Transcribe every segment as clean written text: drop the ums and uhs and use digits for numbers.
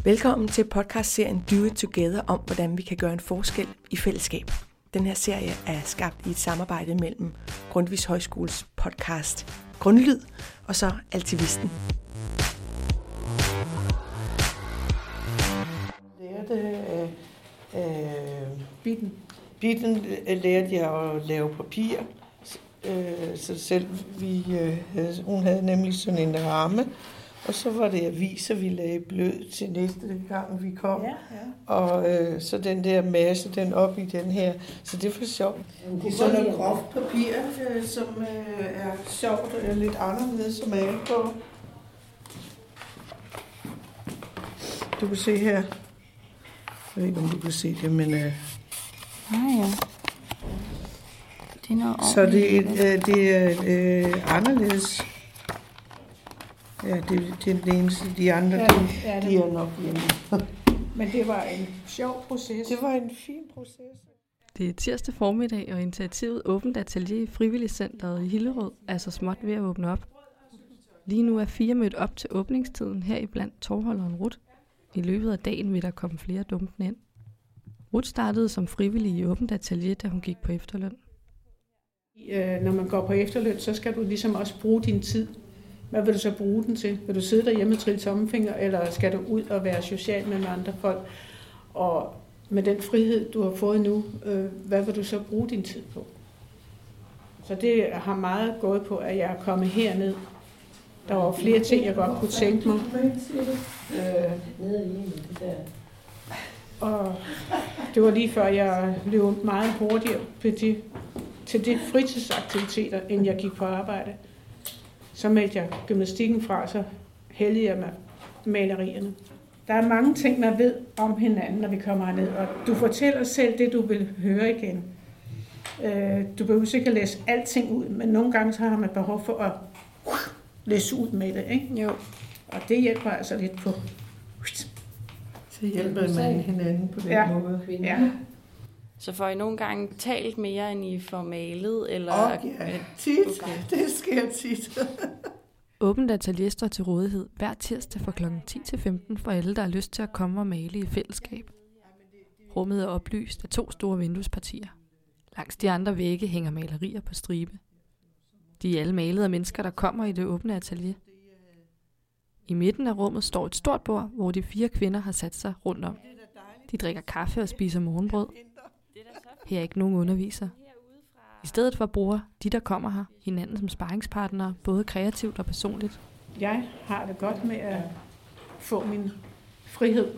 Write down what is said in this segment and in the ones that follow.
Velkommen til podcastserien Do It Together om, hvordan vi kan gøre en forskel i fællesskab. Den her serie er skabt i et samarbejde mellem Grundtvigs Højskoles podcast Grundlyd og så Altivisten. Bitten lærte jeg at lave papir, så selv hun havde nemlig sådan en ramme, og så var det aviser, vi lagde blød til næste gang vi kom, og så den der masse, den op i den her, så det var sjovt. Det er sådan noget groft papir, som er sjovt og lidt anderledes som er på. Du kan se her, jeg ved ikke om du kan se det, men ja. Det er noget så det er anderledes. Ja, det er den eneste. De andre, de er nok hjemme. Men det var en sjov proces. Det var en fin proces. Det er tirsdag formiddag, og initiativet Åbent Atelier i Frivilligcenteret i Hillerød er så småt ved at åbne op. Lige nu er 4 mødt op til åbningstiden her iblandt tovholderen Ruth. I løbet af dagen vil der komme flere dumpende ind. Ruth startede som frivillig i Åbent Atelier, da hun gik på efterløn. Når man går på efterløn, så skal du ligesom også bruge din tid. Hvad vil du så bruge den til? Vil du sidde derhjemme og trille tommelfinger, eller skal du ud og være social med andre folk? Og med den frihed, du har fået nu, hvad vil du så bruge din tid på? Så det har meget gået på, at jeg er kommet herned. Der var flere ting, jeg godt kunne tænke mig. Og det var lige før, jeg løb meget hurtigere til de fritidsaktiviteter, end jeg gik på arbejde. Så meldte jeg gymnastikken fra, så heldigede jeg med malerierne. Der er mange ting, man ved om hinanden, når vi kommer herned, og du fortæller selv det, du vil høre igen. Du behøver ikke at læse alting ud, men nogle gange så har man behov for at læse ud med det, ikke? Jo. Og det hjælper altså lidt på. Så hjælper man hinanden på den måde. Ja. Så får I nogle gange talt mere, end I får malet? Eller tit. Det sker tit. Åbent Atelier står til rådighed hver tirsdag fra kl. 10 til 15 for alle, der har lyst til at komme og male i fællesskab. Rummet er oplyst af 2 store vinduespartier. Langs de andre vægge hænger malerier på stribe. De er alle malet af mennesker, der kommer i det åbne atelier. I midten af rummet står et stort bord, hvor de 4 kvinder har sat sig rundt om. De drikker kaffe og spiser morgenbrød. Her er ikke nogen underviser. I stedet for bruger de, der kommer her, hinanden som sparringspartnere, både kreativt og personligt. Jeg har det godt med at få min frihed.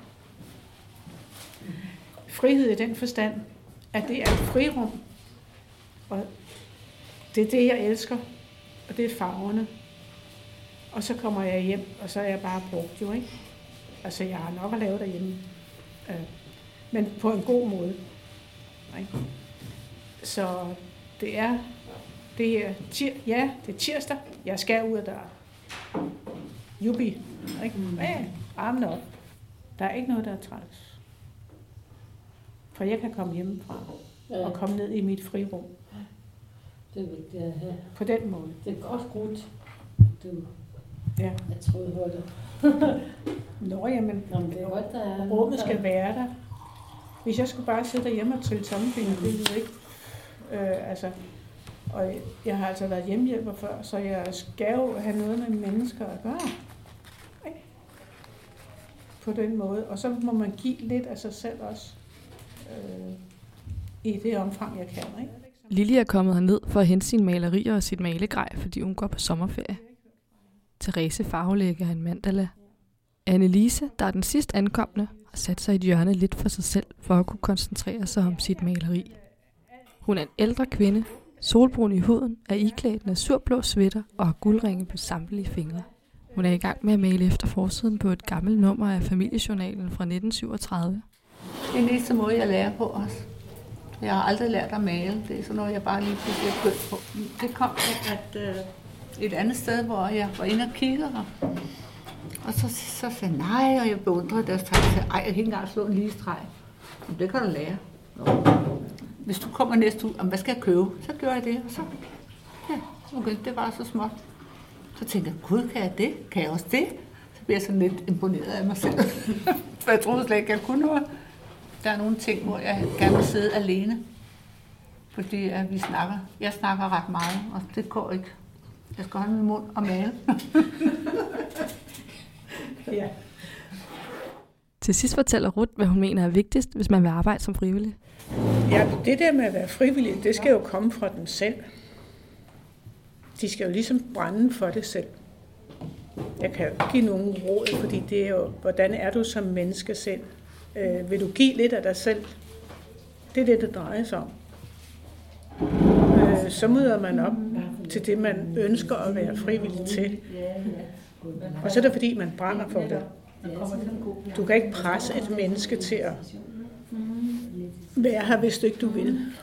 Frihed i den forstand, at det er et frirum. Og det er det, jeg elsker. Og det er farverne. Og så kommer jeg hjem, og så er jeg bare brugt jo, ikke? Altså, jeg har nok at lave derhjemme. Men på en god måde. Ikke? Så det er tirsdag. Jeg skal ud af døren. Jubi. Ikke? Armen op. Der er ikke noget, der er træls. For jeg kan komme hjemmefra og komme ned i mit frirum. Det er vigtigt at have. På den måde. Det er godt grudt. Jeg troede, holder. Nå, jamen, det er godt, der er rummet skal være der. Hvis jeg skulle bare sidde derhjemme og trille tommelfinger, det ville ikke. Og jeg har altså været hjemmehjælper før, så jeg skal jo have noget med mennesker at gøre. På den måde. Og så må man give lidt af sig selv også. I det omfang, jeg kan. Ikke? Lili er kommet herned for at hente sine malerier og sit malegrej, fordi hun går på sommerferie. Therese farvelægger en mandala. Annelise, der er den sidst ankomne, har sat sig i et hjørne lidt for sig selv, for at kunne koncentrere sig om sit maleri. Hun er en ældre kvinde, solbrun i huden, er iklædt en surblå sweater og har guldringe på samtlige fingre. Hun er i gang med at male efter forsiden på et gammelt nummer af familiejournalen fra 1937. Det er den eneste måde, jeg lærer på også. Jeg har aldrig lært at male. Det er sådan noget, jeg bare lige pludselig er begyndt på. Det kom et andet sted, hvor jeg var inde og kiggede her. Og så sagde jeg nej, og jeg beundrede deres tegn. Jeg sagde, jeg kan ikke engang slå en lige streg. Men det kan du lære. Hvis du kommer næste uge, hvad skal jeg købe? Så gør jeg det, og så, okay, det var så småt. Så tænkte jeg, gud, kan jeg det? Kan jeg også det? Så bliver sådan lidt imponeret af mig selv. For jeg troede slet ikke, jeg kunne noget. Der er nogle ting, hvor jeg gerne vil sidde alene. Fordi at jeg snakker ret meget, og det går ikke. Jeg skal holde min mund og male. Ja. Til sidst fortæller Ruth, hvad hun mener er vigtigst, hvis man vil arbejde som frivillig. Ja, det der med at være frivillig, det skal jo komme fra dem selv. De skal jo ligesom brænde for det selv. Jeg kan jo give nogen råd, fordi det er jo, hvordan er du som menneske selv? Vil du give lidt af dig selv? Det er det drejer sig om. Så møder man op til det, man ønsker at være frivillig til. Og så er det, fordi man brænder for det. Du kan ikke presse et menneske til at være her, hvis du ikke du vil.